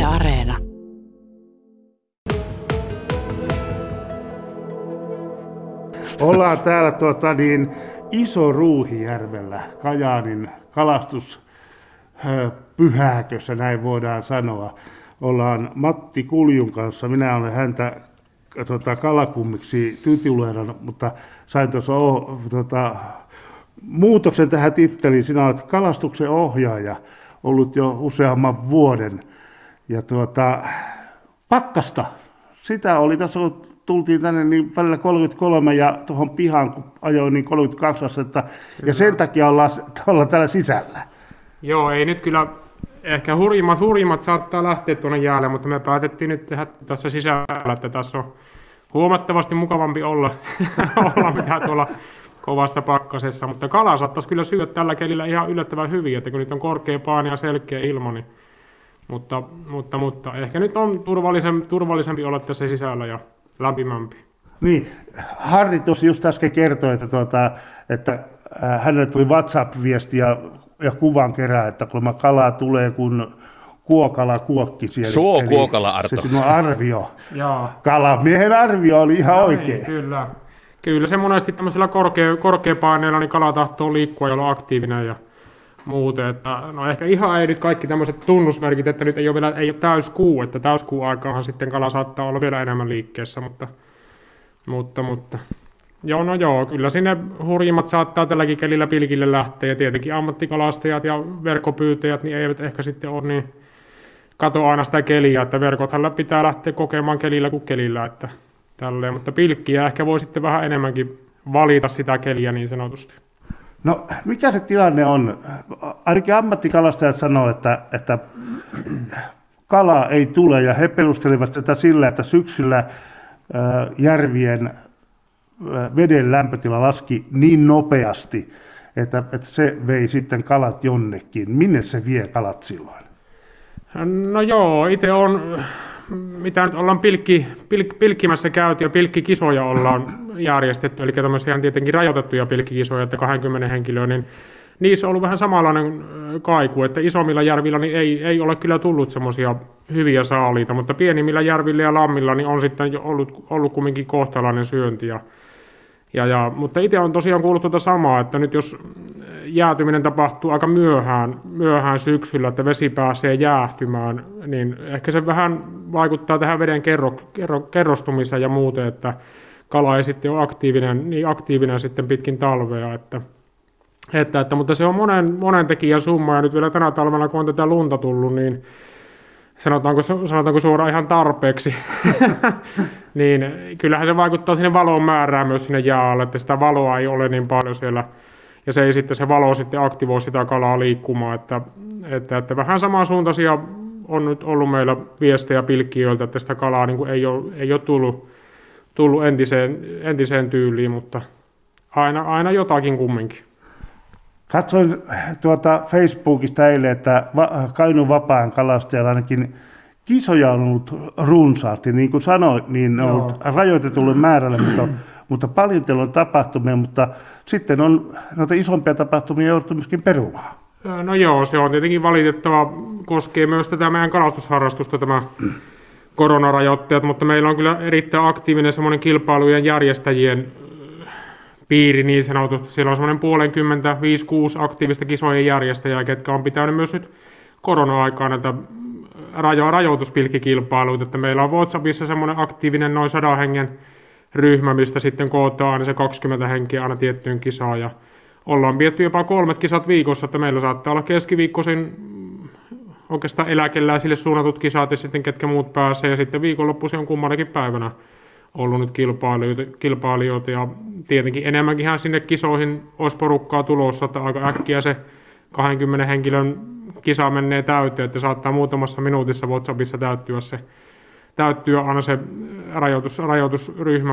Areena. Ollaan täällä Iso Ruuhijärvellä, Kajaanin kalastuspyhäkössä, näin voidaan sanoa. Ollaan Matti Kuljun kanssa. Minä olen häntä kalakummiksi tituleerannut, mutta sain tuossa muutoksen tähän titteliin. Sinä olet kalastuksen ohjaaja, ollut jo useamman vuoden. Ja pakkasta, sitä oli tässä tultiin tänne niin välillä 33 ja tuohon pihaan, kun ajoin niin 32 astetta. Ja sen takia ollaan täällä sisällä. Joo, ei nyt kyllä, ehkä hurjimmat saattaa lähteä tuonne jäälle, mutta me päätettiin nyt tehdä tässä sisällä, että tässä on huomattavasti mukavampi olla mitä tuolla kovassa pakkasessa. Mutta kalaa saattaisi kyllä syödä tällä kelillä ihan yllättävän hyvin, että kun nyt on korkea paine ja selkeä ilma, niin mutta ehkä nyt on turvallisempi olla tässä sisällä ja lämpimämpi. Niin, Harri tuossa just äsken kertoi, että hänelle tuli WhatsApp-viesti ja kuvan kerää, että kun kalaa tulee, kun kuokala kuokki siellä. Suokuokala, Arto. Se sinun arvio. Kalamiehen arvio oli ihan oikein. Kyllä se monesti tämmöisellä korkeapaineella niin kala tahtoo liikkua ja olla aktiivinen ja muuten. Että, no ehkä ihan ei nyt kaikki tämmöiset tunnusmerkit, että nyt ei ole täyskuu, että täyskuun aikaanhan sitten kala saattaa olla vielä enemmän liikkeessä, mutta joo, kyllä sinne hurjimmat saattaa tälläkin kelillä pilkille lähteä ja tietenkin ammattikalastajat ja verkkopyytäjät niin eivät ehkä sitten ole niin kato aina sitä keliä, että verkothan pitää lähteä kokemaan kelillä kuin kelillä, että tälleen, mutta pilkkiä ehkä voi sitten vähän enemmänkin valita sitä keliä niin sanotusti. No, mikä se tilanne on? Ainakin ammattikalastajat sanoo, että kalaa ei tule, ja he perustelivat sitä sillä, että syksyllä järvien veden lämpötila laski niin nopeasti, että se vei sitten kalat jonnekin. Minne se vie kalat silloin? No joo, itse on, mitä nyt ollaan pilkkimässä käyty ja pilkkikisoja ollaan järjestetty, eli tämmöisiä tietenkin rajoitettuja pilkkikisoja, että 20 henkilöä, niin niissä on ollut vähän samanlainen kaiku, että isommilla järvillä niin ei ole kyllä tullut semmoisia hyviä saaliita, mutta pienimmillä järvillä ja lammilla niin on sitten ollut kumminkin kohtalainen syönti. Mutta itse on tosiaan kuullut tuota samaa, että nyt jos jäätyminen tapahtuu aika myöhään syksyllä, että vesi pääsee jäähtymään, niin ehkä se vähän vaikuttaa tähän veden kerrostumiseen ja muuten, että kala ei sitten ole aktiivinen sitten pitkin talvea. Mutta se on monen tekijän summa, ja nyt vielä tänä talvena, kun on tätä lunta tullut, niin sanotaanko suoraan ihan tarpeeksi, niin kyllähän se vaikuttaa sinne valon määrään myös sinne jäälle, että sitä valoa ei ole niin paljon siellä, ja se valo sitten aktivoi sitä kalaa liikkumaan, että vähän samansuuntaisia on nyt ollut meillä viestejä pilkkijöiltä, että sitä kalaa niin kuin ei ole tullut entiseen tyyliin, mutta aina jotakin kumminkin. Katsoin Facebookista eilen, että Kainuun vapaan kalastajalla ainakin kisoja on ollut runsaasti. Niin kuin sanoit, niin ne on ollut rajoitetulle määrälle, mutta paljon teillä on tapahtumia, mutta sitten on noita isompia tapahtumia jouduttu myöskin perumaan. No joo, se on tietenkin valitettava, koskee myös tätä meidän kalastusharrastusta tämä koronarajoitteet, mutta meillä on kyllä erittäin aktiivinen semmoinen kilpailujen järjestäjien piiri niin sanotusti. Siellä on semmoinen 5-6 aktiivista kisojen järjestäjää, ketkä on pitänyt myös nyt korona-aikaa näitä rajoituspilkkikilpailuita. Että meillä on WhatsAppissa semmoinen aktiivinen noin 100 hengen ryhmä, mistä sitten kootaan aina se 20 henkeä aina tiettyyn kisaan. Ja ollaan pietty jopa 3 kisat viikossa, että meillä saattaa olla keskiviikkoisin oikeastaan eläkeläisille suunnatut kisat ja sitten ketkä muut pääsee. Ja sitten viikonloppuisin on kummannakin päivänä ollut nyt kilpailijoita ja tietenkin enemmänkinhän sinne kisoihin olisi porukkaa tulossa, että aika äkkiä se 20 henkilön kisa menee täyteen, että saattaa muutamassa minuutissa WhatsAppissa täyttyä aina se rajoitusryhmä,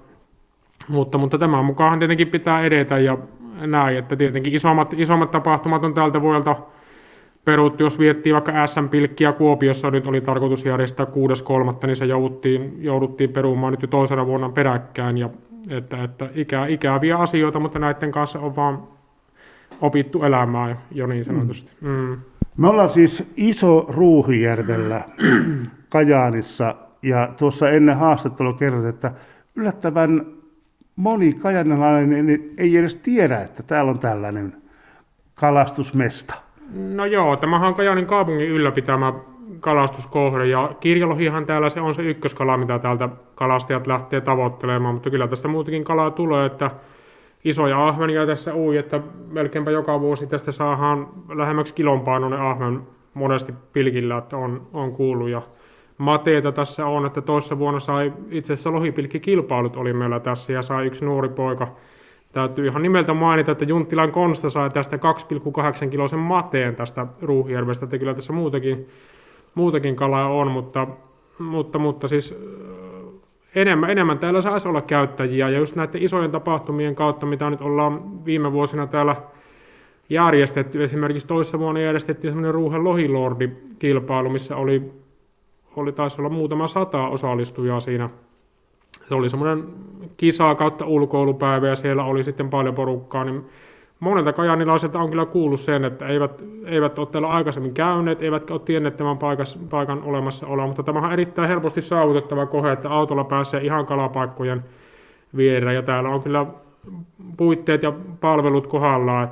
mutta tämän mukaan tietenkin pitää edetä ja näin, että tietenkin isommat tapahtumat on tältä vuodelta peruttu, jos viettiin vaikka SM-pilkkiä Kuopiossa, nyt oli tarkoitus järjestää 6.3., niin se jouduttiin perumaan nyt jo toisena vuonna peräkkäin. Ja, että ikäviä asioita, mutta näiden kanssa on vaan opittu elämään jo niin sanotusti. Me ollaan siis Iso-Ruuhijärvellä Kajaanissa ja tuossa ennen haastattelua kerrot, että yllättävän moni kajaanilainen ei edes tiedä, että täällä on tällainen kalastusmesta. No joo, tämähän on Kajaanin kaupungin ylläpitämä kalastuskohde ja kirjolohihan täällä se on se ykköskala, mitä täältä kalastajat lähtee tavoittelemaan, mutta kyllä tästä muutakin kalaa tulee, että isoja ahvenia tässä ui, että melkeinpä joka vuosi tästä saadaan lähemmäksi kilon painoinen ahven monesti pilkillä, että on kuullut. Ja mateita tässä on, että toissa vuonna sai itse asiassa lohipilkkikilpailut oli meillä tässä ja sai yksi nuori poika. Täytyy ihan nimeltä mainita, että Junttilan Konsta sai tästä 2,8 kilosen mateen tästä Ruuhijärvestä, että kyllä tässä muutakin kalaa on, mutta siis enemmän täällä saisi olla käyttäjiä ja just näiden isojen tapahtumien kautta, mitä nyt ollaan viime vuosina täällä järjestetty. Esimerkiksi toissa vuonna järjestettiin semmoinen Ruuhen Lohilordi-kilpailu, missä taisi olla muutama 100 osallistujaa siinä. Se oli semmoinen kisa kautta ulkoilupäivä ja siellä oli sitten paljon porukkaa, niin monelta kajaanilaiselta on kyllä kuullut sen, että eivät ole täällä aikaisemmin käyneet, eivätkä ole tienneet tämän paikan olemassaoloa, mutta tämä on erittäin helposti saavutettava kohde, että autolla pääsee ihan kalapaikkojen viereen ja täällä on kyllä puitteet ja palvelut kohdallaan,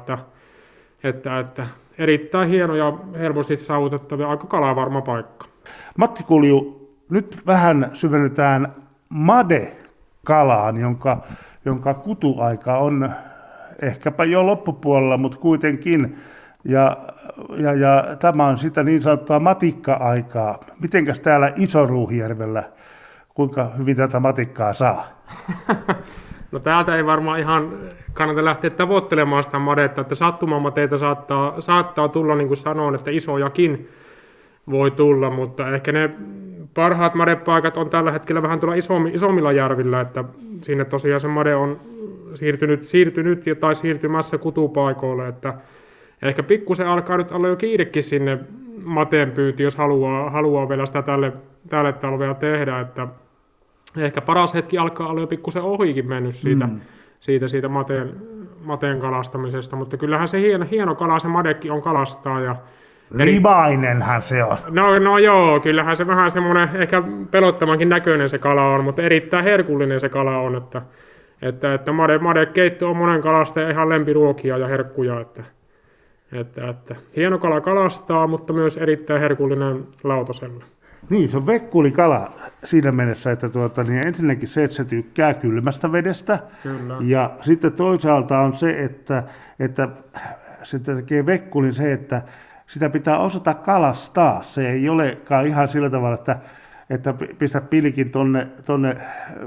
että erittäin hieno ja helposti saavutettava aika kalavarma paikka. Matti Kulju, nyt vähän syvennytään madekalaan, jonka kutuaika on ehkäpä jo loppupuolella, mutta kuitenkin. Ja tämä on sitä niin sanottua matikka-aikaa. Mitenkäs täällä Iso-Ruuhijärvellä, kuinka hyvin tätä matikkaa saa? No täältä ei varmaan ihan kannata lähteä tavoittelemaan sitä madetta, että sattumamateita saattaa tulla, niin kuin sanoin, että isojakin voi tulla, mutta ehkä ne parhaat madepaikat on tällä hetkellä vähän tuolla isommilla järvillä, että sinne tosiaan se made on siirtynyt tai siirtymässä kutupaikoille, että ehkä pikkusen alkaa nyt olla jo kiirekin sinne mateen pyynti, jos haluaa vielä sitä tälle talvea tehdä, että ehkä paras hetki alkaa olla jo pikkusen ohikin mennyt siitä mateen kalastamisesta, mutta kyllähän se hieno kala se madekin on kalastaa ja Rimainenhan se on. No joo, kyllähän se vähän semmoinen ehkä pelottavankin näköinen se kala on, mutta erittäin herkullinen se kala on, että madekeitto on monen kalastajan ihan lempiruokia ja herkkuja, että hieno kala kalastaa, mutta myös erittäin herkullinen lautasella. Niin, se on vekkulikala siinä mielessä, että niin ensinnäkin se, että se tykkää kylmästä vedestä. Kyllä. Ja sitten toisaalta on se, että se tekee vekkulin se, että sitä pitää osata kalastaa. Se ei olekaan ihan sillä tavalla, että pistä pilkin tonne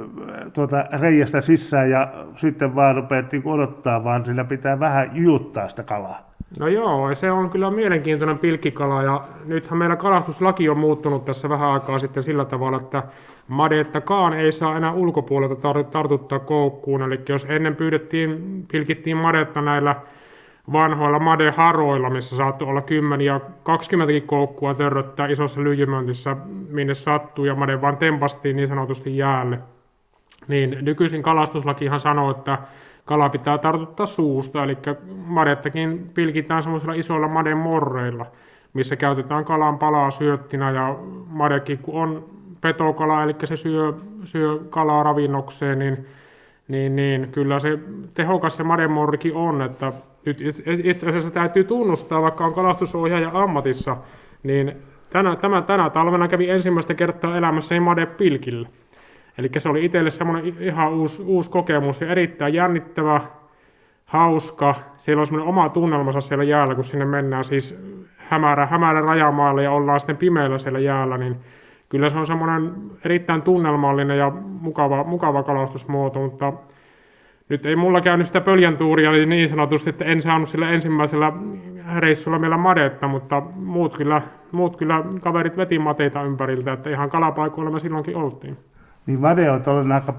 reiästä sisään ja sitten vaan rupeat niin odottaa, vaan sillä pitää vähän jujuttaa sitä kalaa. No joo, se on kyllä mielenkiintoinen pilkkikala ja nythän meillä kalastuslaki on muuttunut tässä vähän aikaa sitten sillä tavalla, että madettakaan ei saa enää ulkopuolelta tartuttaa koukkuun. Eli jos ennen pilkittiin madetta näillä vanhoilla madeharoilla, missä saattoi olla 10 ja 20 koukkua törröttää isossa lyijymöntissä, minne sattuu ja made vaan tempastiin niin sanotusti jäälle. Niin nykyisin kalastuslakihan sanoo, että kala pitää tartuttaa suusta, eli madettakin pilkitään semmoisilla isoilla mademorreilla, missä käytetään kalan palaa syöttinä ja madekin kun on petokala, eli se syö kalaa ravinnokseen, niin kyllä se tehokas se mademorrikin on, että nyt itse asiassa täytyy tunnustaa, vaikka on kalastusohjaaja ammatissa, niin tänä talvena kävi ensimmäistä kertaa elämässäni madepilkillä. Eli se oli itselle semmoinen ihan uusi kokemus ja erittäin jännittävä, hauska. Siellä on semmoinen oma tunnelmansa siellä jäällä, kun sinne mennään siis hämärä rajamaalle ja ollaan sitten pimeällä siellä jäällä, niin kyllä se on semmoinen erittäin tunnelmallinen ja mukava kalastusmuoto, mutta nyt ei mulla käynyt sitä pöljäntuuria niin sanotusti, että en saanut sillä ensimmäisellä reissulla meillä madetta, mutta muut kyllä kaverit veti mateita ympäriltä, että ihan kalapaikoilla me silloinkin oltiin. Niin made on aika,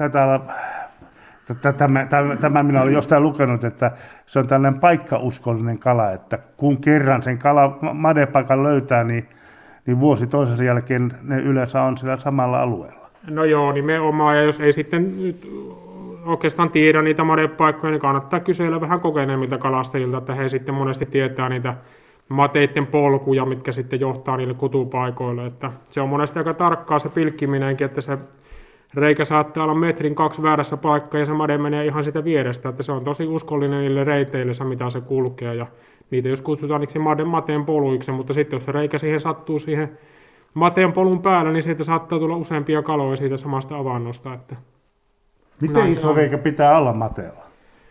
tämä minä olen jostain lukenut, että se on tällainen paikkauskollinen kala, että kun kerran sen madepaikan löytää, niin vuosi toisensa jälkeen ne yleensä on sillä samalla alueella. No joo, nimenomaan, ja jos ei sitten oikeastaan tiedä niitä madepaikkoja, niin kannattaa kysellä vähän kokeneemmilta kalastajilta, että he sitten monesti tietää niitä mateitten polkuja, mitkä sitten johtaa niille kutupaikoille. Että se on monesti aika tarkkaa se pilkkiminenkin, että se reikä saattaa olla 1-2 metrin väärässä paikkaa ja se made menee ihan sitä vierestä, että se on tosi uskollinen niille reiteille, mitä se kulkee. Ja niitä jos kutsutaan mateen poluiksi, mutta sitten jos se reikä siihen sattuu siihen mateen polun päällä, niin siitä saattaa tulla useampia kaloja siitä samasta avannosta. Että miten iso reikä pitää olla mateella?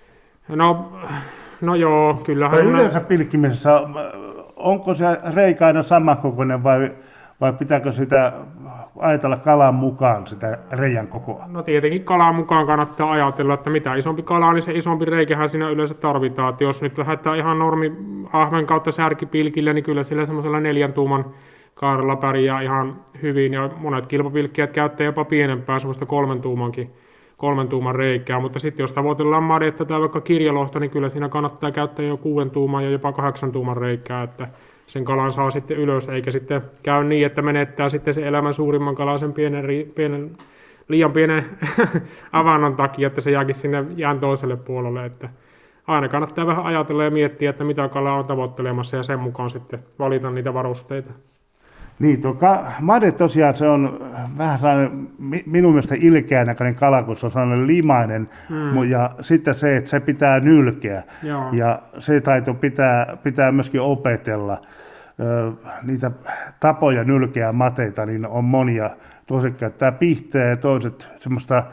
No joo, kyllähän... Yleensä pilkkimisessä, onko se reikä aina samankokoinen vai pitääkö sitä ajatella kalan mukaan sitä reijän kokoa? No tietenkin kalan mukaan kannattaa ajatella, että mitä isompi kala, niin se isompi reikähän siinä yleensä tarvitaan. Että jos nyt lähdetään ihan normi ahven kautta särkipilkille, niin kyllä sillä semmoisella 4 tuuman kaarella pärjää ihan hyvin. Ja monet kilpapilkkijät käyttää jopa pienempää, semmoista 3 tuuman reikää. Mutta sitten jos tavoitellaan madetta tai vaikka kirjalohta, niin kyllä siinä kannattaa käyttää jo 6 tuuman ja jopa 8 tuuman reikää, että sen kalan saa sitten ylös, eikä sitten käy niin, että menettää sitten se elämän suurimman kalan sen liian pienen avannon takia, että se jääkin sinne jään toiselle puolelle. Että aina kannattaa vähän ajatella ja miettiä, että mitä kalaa on tavoittelemassa ja sen mukaan sitten valita niitä varusteita. Niin, made tosiaan se on vähän sellainen minun mielestä ilkeän näköinen kala, kun se on sellainen limainen, ja sitten se, että se pitää nylkeä. Joo. Ja se taito pitää myöskin opetella. Niitä tapoja nylkeä mateita, niin on monia. Toiset käyttää pihteä ja toiset semmoista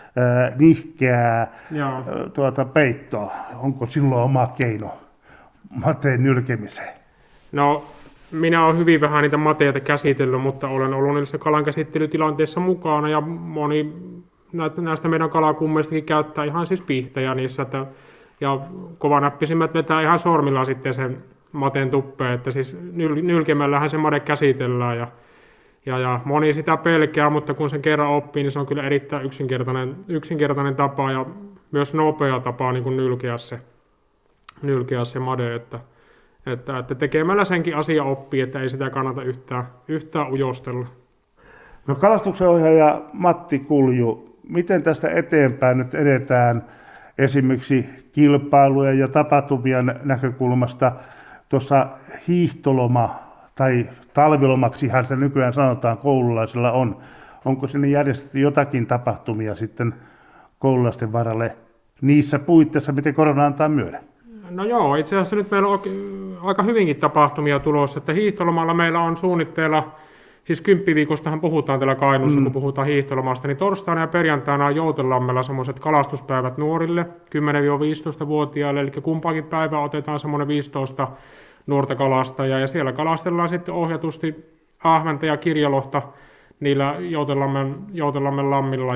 nihkeää peittoa. Onko silloin oma keino mateen nylkemiseen? No, minä olen hyvin vähän niitä mateita käsitellyt, mutta olen ollut niissä kalan käsittelytilanteissa mukana ja moni näistä meidän kalakummeistakin käyttää ihan siis pihtejä niissä. Ja kovanäppisimmät vetää ihan sormilla sitten sen mateen tuppeen, että siis nylkemällähän se made käsitellään ja moni sitä pelkää, mutta kun sen kerran oppii, niin se on kyllä erittäin yksinkertainen tapa ja myös nopea tapa niin kuin nylkeä se made, että tekemällä senkin asia oppii, että ei sitä kannata yhtään ujostella. No kalastuksenohjaaja Matti Kulju, miten tästä eteenpäin nyt edetään esimerkiksi kilpailujen ja tapahtumien näkökulmasta? Tuossa hiihtoloma tai talvilomaksihan se nykyään sanotaan koululaisilla on. Onko sinne järjestetty jotakin tapahtumia sitten koululaisten varalle niissä puitteissa, miten korona antaa myöden? No joo, itse asiassa nyt meillä on aika hyvinkin tapahtumia tulossa, että hiihtolomalla meillä on suunnitteilla, siis 10-viikostahan puhutaan täällä Kainuussa, kun puhutaan hiihtolomasta, niin torstaina ja perjantaina on Joutelammella semmoiset kalastuspäivät nuorille, 10-15-vuotiaille, eli kumpaakin päivää otetaan semmoinen 15 nuorta kalastajaa, ja siellä kalastellaan sitten ohjatusti ahventa ja kirjalohta niillä Joutelammen lammilla,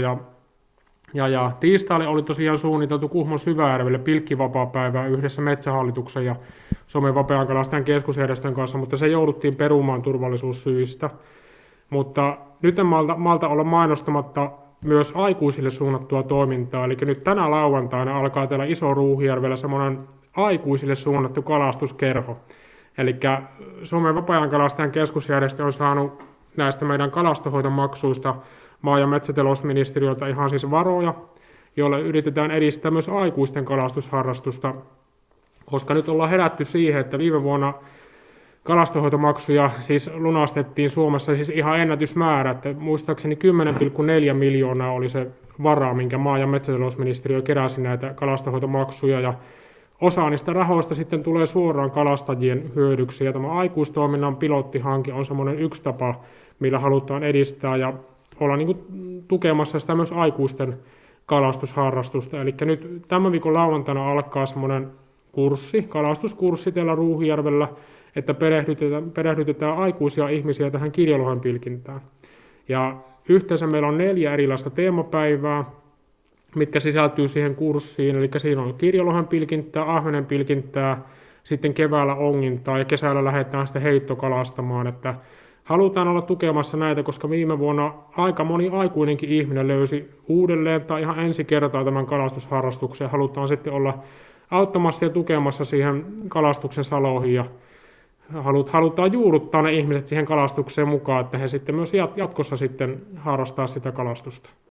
ja tiistaille oli tosiaan suunniteltu Kuhmon Syväjärvelle pilkkivapaa-päivää yhdessä Metsähallituksen ja Suomen Vapeankalastajan keskusjärjestön kanssa, mutta se jouduttiin perumaan turvallisuussyistä. Mutta nyt en malta olla mainostamatta myös aikuisille suunnattua toimintaa, eli nyt tänä lauantaina alkaa täällä Iso-Ruuhijärvellä semmoinen aikuisille suunnattu kalastuskerho. Eli Suomen Vapeankalastajan keskusjärjestö on saanut näistä meidän kalastonhoitomaksuista maa- ja metsätalousministeriöltä ihan siis varoja, joilla yritetään edistää myös aikuisten kalastusharrastusta, koska nyt ollaan herätty siihen, että viime vuonna kalastonhoitomaksuja siis lunastettiin Suomessa siis ihan ennätysmäärä, että muistaakseni 10,4 miljoonaa oli se vara, minkä maa- ja metsätalousministeriö keräsi näitä kalastonhoitomaksuja, ja osa niistä rahoista sitten tulee suoraan kalastajien hyödyksi, ja tämä aikuistoiminnan pilottihanke on semmoinen yksi tapa, millä halutaan edistää ja olla niin kuin tukemassa sitä myös aikuisten kalastusharrastusta. Eli nyt tämän viikon lauantaina alkaa semmoinen kalastuskurssi täällä Ruuhijärvellä, että perehdytetään aikuisia ihmisiä tähän kirjalohen pilkintään. Ja yhteensä meillä on 4 erilaista teemapäivää, mitkä sisältyy siihen kurssiin. Eli siinä on kirjalohen pilkintää, ahvenen pilkintää, sitten keväällä ongintaa ja kesällä lähdetään sitten heittokalastamaan, että halutaan olla tukemassa näitä, koska viime vuonna aika moni aikuinenkin ihminen löysi uudelleen tai ihan ensi kertaa tämän kalastusharrastuksen. Halutaan sitten olla auttamassa ja tukemassa siihen kalastuksen saloihin ja halutaan juurruttaa ne ihmiset siihen kalastukseen mukaan, että he sitten myös jatkossa sitten harrastaa sitä kalastusta.